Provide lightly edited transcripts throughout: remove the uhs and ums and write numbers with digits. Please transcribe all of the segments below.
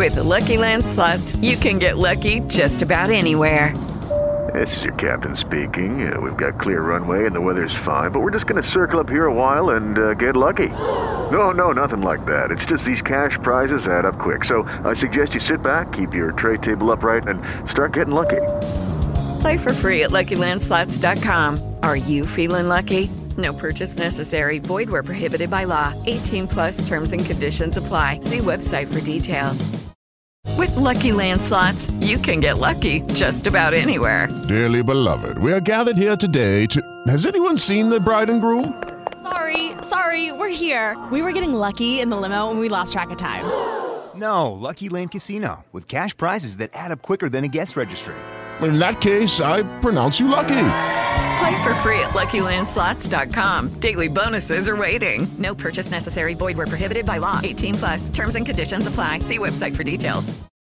With Lucky Land Slots, you can get lucky just about anywhere. This is your captain speaking. We've got clear runway and the weather's fine, but we're just going to circle up here a while and get lucky. No, nothing like that. It's just these cash prizes add up quick. So I suggest you sit back, keep your tray table upright, and start getting lucky. Play for free at LuckyLandSlots.com. Are you feeling lucky? No purchase necessary. Void where prohibited by law. 18 plus terms and conditions apply. See website for details. With Lucky Land Slots, you can get lucky just about anywhere. Dearly beloved, we are gathered here today to... Has anyone seen the bride and groom? Sorry, we're here. We were getting lucky in the limo and we lost track of time. No, Lucky Land Casino, with cash prizes that add up quicker than a guest registry. In that case, I pronounce you lucky. Play for free at LuckyLandSlots.com. Daily bonuses are waiting. No purchase necessary. Void where prohibited by law. 18 plus. Terms and conditions apply. See website for details.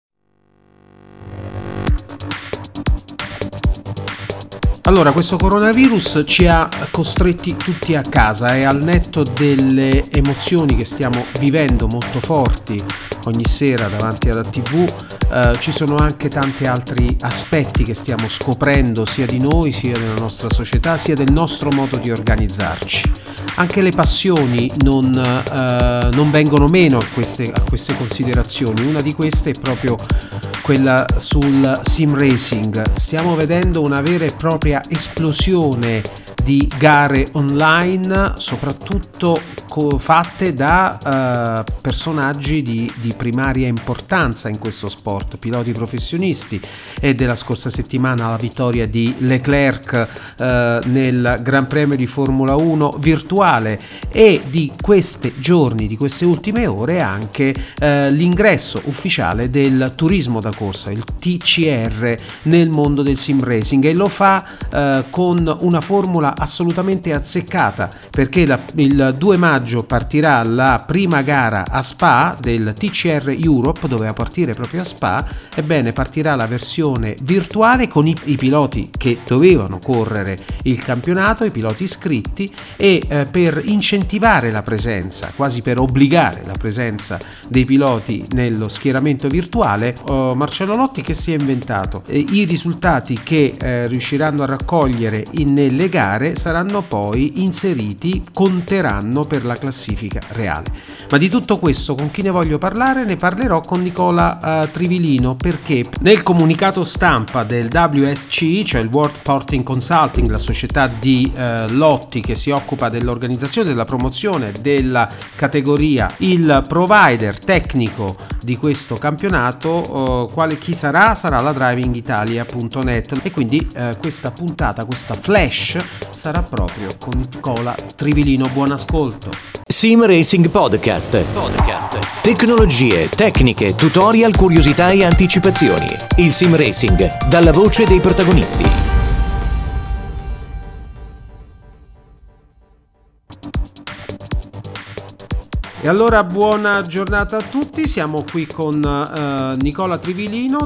Allora, questo coronavirus ci ha costretti tutti a casa e al netto delle emozioni che stiamo vivendo molto forti ogni sera davanti alla TV, ci sono anche tanti altri aspetti che stiamo scoprendo sia di noi, sia della nostra società, sia del nostro modo di organizzarci. Anche le passioni non vengono meno a queste considerazioni. Una di queste è proprio quella sul sim racing. Stiamo vedendo una vera e propria esplosione di gare online, soprattutto fatte da personaggi di primaria importanza in questo sport, piloti professionisti. E della scorsa settimana la vittoria di Leclerc nel Gran Premio di Formula 1 virtuale, e di questi giorni, di queste ultime ore, anche l'ingresso ufficiale del turismo da corsa, il TCR, nel mondo del sim racing, e lo fa con una formula assolutamente azzeccata, perché il 2 maggio partirà la prima gara a Spa del TCR Europe, doveva partire proprio a Spa. Ebbene, partirà la versione virtuale con i piloti che dovevano correre il campionato, i piloti iscritti, e per incentivare la presenza, quasi per obbligare la presenza dei piloti nello schieramento virtuale, Marcello Lotti che si è inventato i risultati che riusciranno a raccogliere nelle gare saranno poi inseriti, conteranno per la classifica reale. Ma di tutto questo con chi ne voglio parlare? Ne parlerò con Nicola Trivilino, perché nel comunicato stampa del WSC, cioè il World Sporting Consulting, la società di Lotti che si occupa dell'organizzazione, della promozione della categoria, il provider tecnico di questo campionato, chi sarà la drivingitalia.net, e quindi questa puntata, questa flash, sarà proprio con Nicola Trivilino. Buon ascolto. Sim Racing Podcast. Tecnologie, tecniche, tutorial, curiosità e anticipazioni. Il Sim Racing, dalla voce dei protagonisti. E allora buona giornata a tutti, siamo qui con Nicola Trivilino,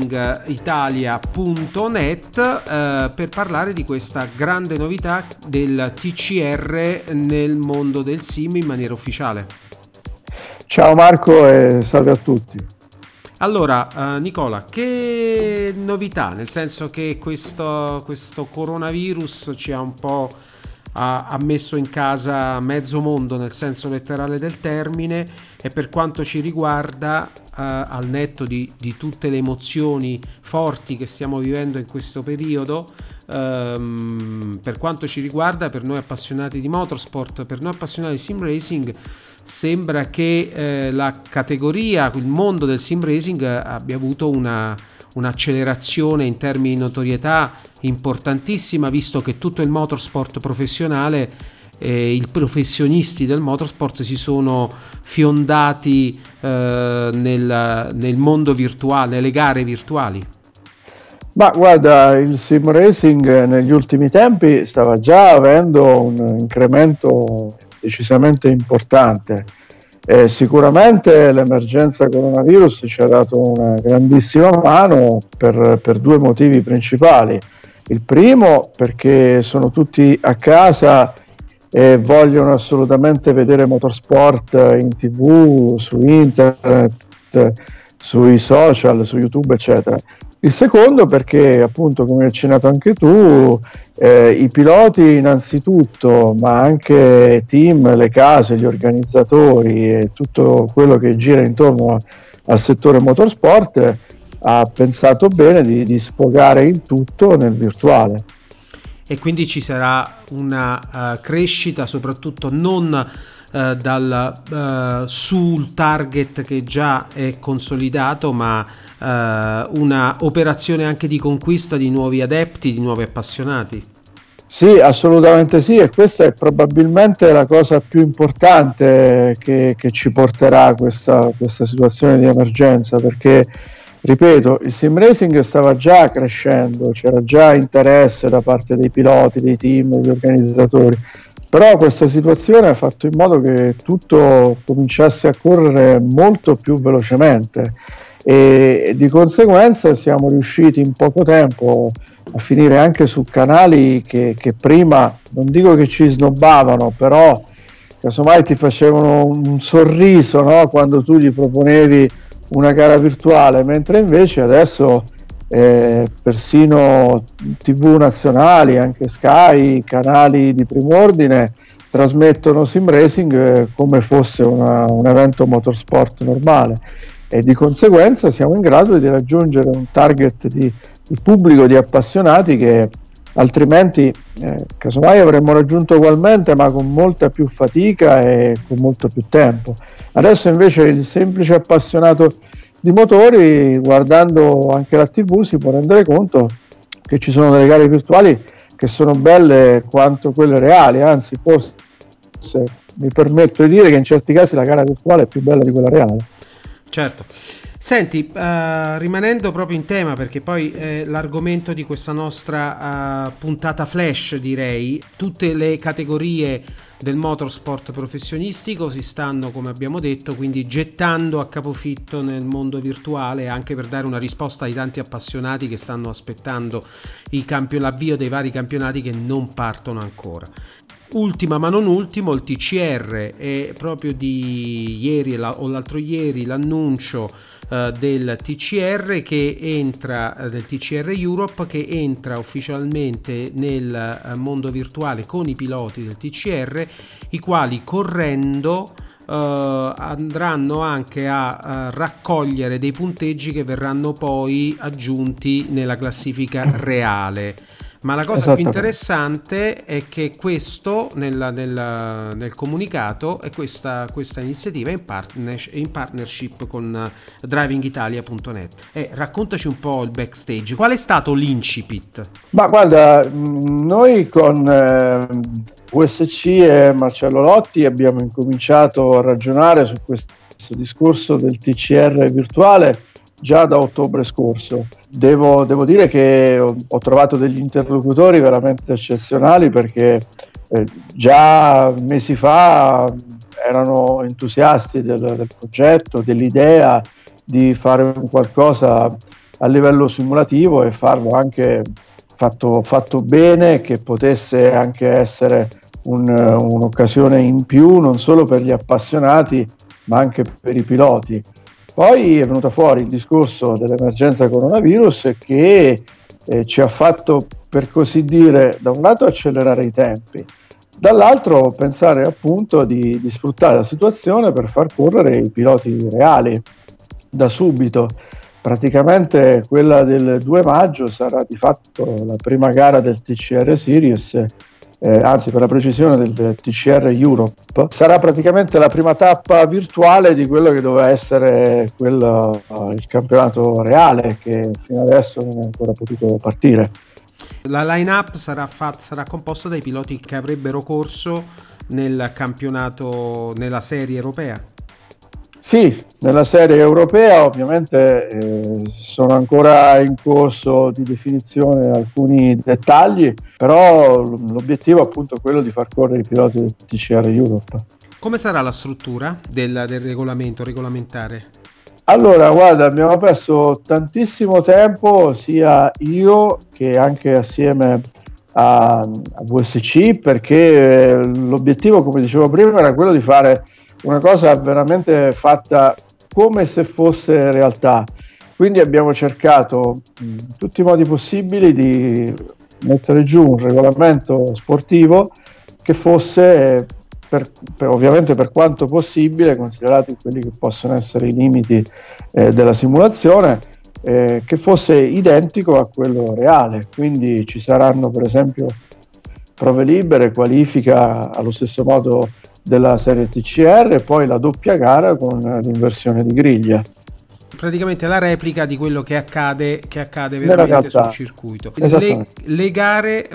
drivingitalia.net, per parlare di questa grande novità del TCR nel mondo del sim in maniera ufficiale. Ciao Marco e salve a tutti. Allora Nicola, che novità, nel senso che questo coronavirus ci ha un po' ha messo in casa mezzo mondo nel senso letterale del termine, e per quanto ci riguarda, al netto di tutte le emozioni forti che stiamo vivendo in questo periodo, per quanto ci riguarda, per noi appassionati di motorsport, per noi appassionati di sim racing, sembra che la categoria, il mondo del sim racing abbia avuto un'accelerazione in termini di notorietà importantissima, visto che tutto il motorsport professionale, i professionisti del motorsport si sono fiondati nel mondo virtuale, nelle gare virtuali. Ma guarda, il sim racing negli ultimi tempi stava già avendo un incremento decisamente importante. Sicuramente l'emergenza coronavirus ci ha dato una grandissima mano per due motivi principali. Il primo, perché sono tutti a casa e vogliono assolutamente vedere motorsport in TV, su internet, sui social, su YouTube eccetera. Il secondo perché, appunto, come hai accennato anche tu, i piloti innanzitutto, ma anche team, le case, gli organizzatori e tutto quello che gira intorno al settore motorsport ha pensato bene di sfogare il tutto nel virtuale. E quindi ci sarà una crescita soprattutto non sul target che già è consolidato, ma una operazione anche di conquista di nuovi adepti, di nuovi appassionati. Sì, assolutamente sì, e questa è probabilmente la cosa più importante che ci porterà questa situazione di emergenza, perché, ripeto, il sim racing stava già crescendo, c'era già interesse da parte dei piloti, dei team, degli organizzatori, però questa situazione ha fatto in modo che tutto cominciasse a correre molto più velocemente e di conseguenza siamo riusciti in poco tempo a finire anche su canali che prima, non dico che ci snobbavano, però casomai ti facevano un sorriso, no? Quando tu gli proponevi una gara virtuale, mentre invece adesso persino TV nazionali, anche Sky, canali di primo ordine trasmettono sim racing come fosse un evento motorsport normale, e di conseguenza siamo in grado di raggiungere un target di pubblico, di appassionati che altrimenti casomai avremmo raggiunto ugualmente, ma con molta più fatica e con molto più tempo. Adesso invece il semplice appassionato di motori, guardando anche la TV, si può rendere conto che ci sono delle gare virtuali che sono belle quanto quelle reali, anzi forse mi permetto di dire che in certi casi la gara virtuale è più bella di quella reale. Certo. Senti, rimanendo proprio in tema, perché poi l'argomento di questa nostra puntata flash, direi, tutte le categorie del motorsport professionistico si stanno, come abbiamo detto, quindi gettando a capofitto nel mondo virtuale, anche per dare una risposta ai tanti appassionati che stanno aspettando l'avvio dei vari campionati che non partono ancora. Ultima ma non ultimo, il TCR, è proprio di ieri o l'altro ieri l'annuncio del TCR che entra, del TCR Europe, che entra ufficialmente nel mondo virtuale con i piloti del TCR, i quali correndo andranno anche a raccogliere dei punteggi che verranno poi aggiunti nella classifica reale. Ma la cosa più interessante è che questo nel comunicato è questa iniziativa in partnership con drivingitalia.net. Raccontaci un po' il backstage. Qual è stato l'incipit? Ma guarda, noi con USC e Marcello Lotti abbiamo incominciato a ragionare su questo discorso del TCR virtuale già da ottobre scorso. Devo dire che ho trovato degli interlocutori veramente eccezionali, perché già mesi fa erano entusiasti del progetto, dell'idea di fare un qualcosa a livello simulativo e farlo anche fatto bene, che potesse anche essere un'occasione in più non solo per gli appassionati ma anche per i piloti. Poi è venuto fuori il discorso dell'emergenza coronavirus che ci ha fatto, per così dire, da un lato accelerare i tempi, dall'altro pensare appunto di sfruttare la situazione per far correre i piloti reali da subito. Praticamente quella del 2 maggio sarà di fatto la prima gara del TCR Series, anzi per la precisione del TCR Europe, sarà praticamente la prima tappa virtuale di quello che doveva essere il campionato reale, che fino adesso non è ancora potuto partire. La line-up sarà composta dai piloti che avrebbero corso nel campionato, nella serie europea? Sì, nella serie europea ovviamente sono ancora in corso di definizione alcuni dettagli, però l'obiettivo è appunto quello di far correre i piloti del TCR Europe. Come sarà la struttura del regolamento regolamentare? Allora, guarda, abbiamo perso tantissimo tempo, sia io che anche assieme a VSC, perché l'obiettivo, come dicevo prima, era quello di fare una cosa veramente fatta come se fosse realtà. Quindi abbiamo cercato in tutti i modi possibili di mettere giù un regolamento sportivo che fosse, ovviamente per quanto possibile, considerati quelli che possono essere i limiti della simulazione, che fosse identico a quello reale. Quindi ci saranno per esempio prove libere, qualifica allo stesso modo della serie TCR e poi la doppia gara con l'inversione di griglia. Praticamente la replica di quello che accade veramente sul circuito. Le gare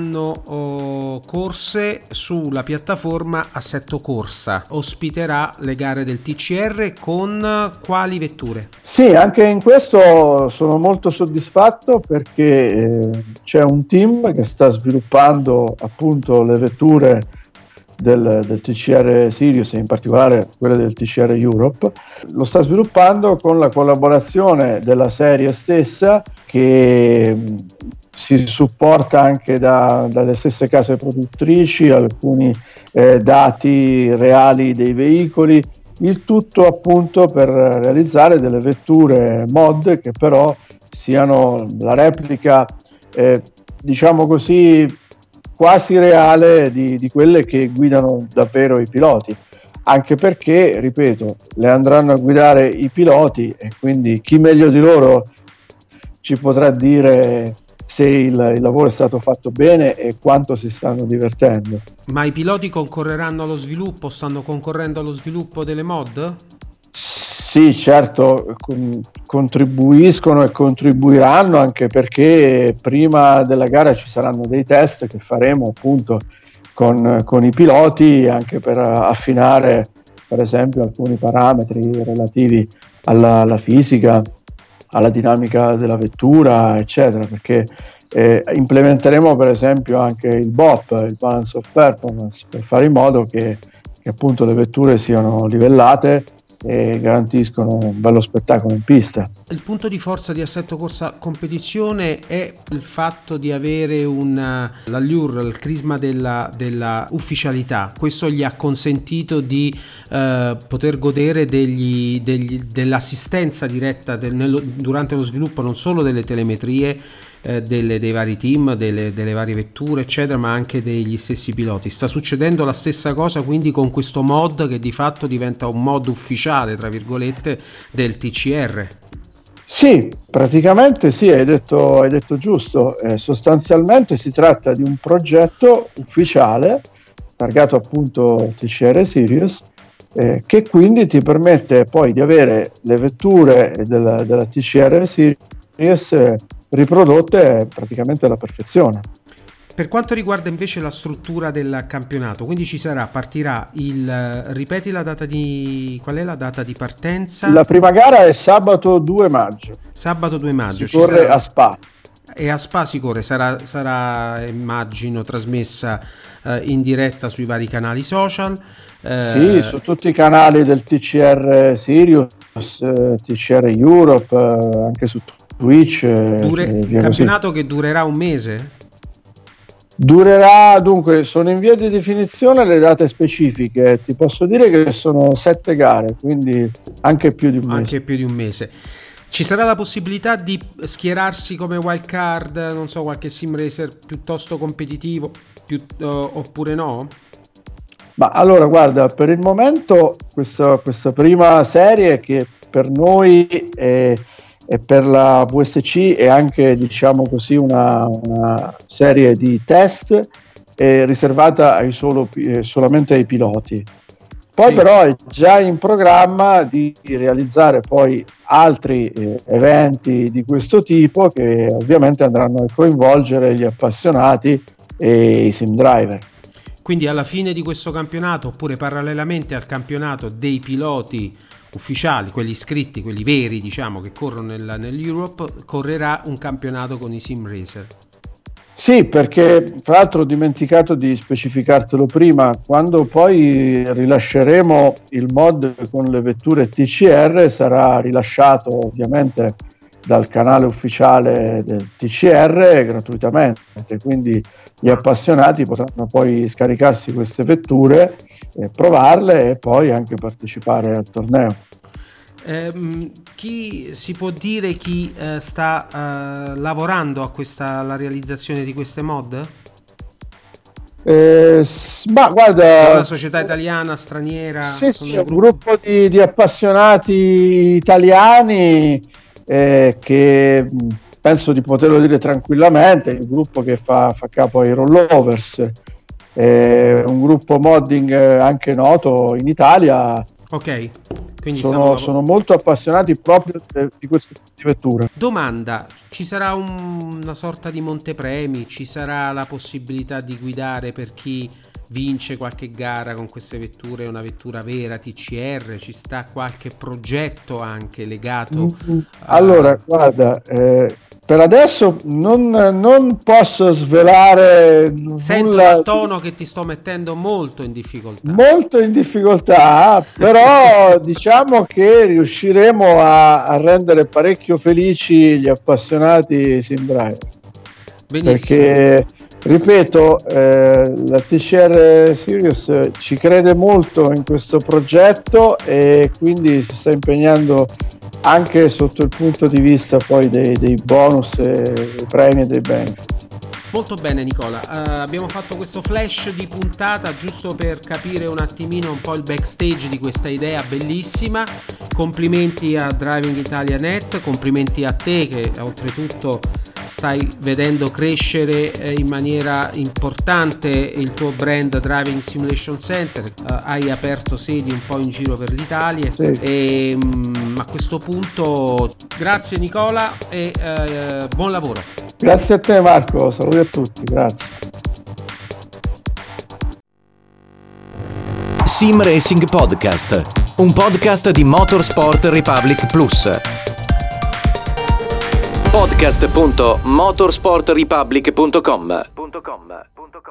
verranno corse sulla piattaforma Assetto Corsa. Ospiterà le gare del TCR con quali vetture? Sì, anche in questo sono molto soddisfatto perché c'è un team che sta sviluppando appunto le vetture del TCR Sirius e in particolare quelle del TCR Europe. Lo sta sviluppando con la collaborazione della serie stessa, che si supporta anche dalle stesse case produttrici, alcuni dati reali dei veicoli, il tutto appunto per realizzare delle vetture mod che però siano la replica diciamo così quasi reale di quelle che guidano davvero i piloti, anche perché, ripeto, le andranno a guidare i piloti e quindi chi meglio di loro ci potrà dire se il lavoro è stato fatto bene e quanto si stanno divertendo. Ma i piloti concorreranno allo sviluppo? Stanno concorrendo allo sviluppo delle mod? Sì, certo, contribuiscono e contribuiranno, anche perché prima della gara ci saranno dei test che faremo appunto con i piloti, anche per affinare per esempio alcuni parametri relativi alla fisica, alla dinamica della vettura, eccetera, perché implementeremo per esempio anche il BOP, il Balance of Performance, per fare in modo che appunto le vetture siano livellate e garantiscono un bello spettacolo in pista. Il punto di forza di Assetto Corsa Competizione è il fatto di avere l'allure, il crisma della ufficialità. Questo gli ha consentito di poter godere dell'assistenza diretta durante lo sviluppo non solo delle telemetrie dei vari team, delle varie vetture eccetera, ma anche degli stessi piloti. Sta succedendo la stessa cosa quindi con questo mod, che di fatto diventa un mod ufficiale tra virgolette del TCR? Sì, praticamente sì, hai detto giusto. Sostanzialmente si tratta di un progetto ufficiale targato appunto TCR Sirius, che quindi ti permette poi di avere le vetture della TCR Sirius riprodotte praticamente alla perfezione. Per quanto riguarda invece la struttura del campionato, quindi partirà ripeti la data qual è la data di partenza? La prima gara è sabato 2 maggio. Sabato 2 maggio. Si corre a Spa. E a Spa si corre, sarà immagino trasmessa in diretta sui vari canali social. Sì, su tutti i canali del TCR Sirius, TCR Europe, anche su Twitch. Campionato così. Che durerà un mese? Durerà, dunque, sono in via di definizione le date specifiche. Ti posso dire che sono 7 gare, quindi anche più di un mese. Ci sarà la possibilità di schierarsi come wild card, non so, qualche sim racer piuttosto competitivo, oppure no? Ma allora, guarda, per il momento questa prima serie, che per noi e per la VSC è anche, diciamo così, una serie di test riservata solamente ai piloti. Poi sì. Però è già in programma di realizzare poi altri eventi di questo tipo, che ovviamente andranno a coinvolgere gli appassionati e i sim driver. Quindi alla fine di questo campionato, oppure parallelamente al campionato dei piloti ufficiali, quelli iscritti, quelli veri, diciamo, che corrono nell'Europe, correrà un campionato con i sim racer. Sì, perché fra l'altro ho dimenticato di specificartelo prima, quando poi rilasceremo il mod con le vetture TCR sarà rilasciato ovviamente dal canale ufficiale del TCR gratuitamente, quindi gli appassionati potranno poi scaricarsi queste vetture, provarle e poi anche partecipare al torneo. Chi si può dire chi sta lavorando a la realizzazione di queste mod? Ma guarda, è una società italiana, straniera? Sì, è un gruppo di appassionati italiani che penso di poterlo dire tranquillamente, il gruppo che fa capo ai Rollovers, un gruppo modding anche noto in Italia. Ok, quindi sono molto appassionati proprio di questo tipo di vettura. Domanda, ci sarà una sorta di montepremi? Ci sarà la possibilità di guidare per chi vince qualche gara con queste vetture, una vettura vera TCR? Ci sta qualche progetto anche legato? Allora, guarda, per adesso non posso svelare Sento nulla. dal tono che ti sto mettendo molto in difficoltà. Molto in difficoltà, però diciamo che riusciremo a rendere parecchio felici gli appassionati sim driver. Benissimo. Perché, ripeto, la TCR Sirius ci crede molto in questo progetto e quindi si sta impegnando anche sotto il punto di vista poi dei bonus, dei premi e dei benefit. Molto bene Nicola, abbiamo fatto questo flash di puntata giusto per capire un attimino un po' il backstage di questa idea bellissima. Complimenti a Driving Italia Net, complimenti a te che oltretutto stai vedendo crescere in maniera importante il tuo brand Driving Simulation Center, hai aperto sedi un po' in giro per l'Italia, sì. E a questo punto grazie Nicola e buon lavoro. Grazie a te Marco, saluti a tutti, grazie. Sim Racing Podcast, un podcast di Motorsport Republic Plus. podcast.motorsportrepublic.com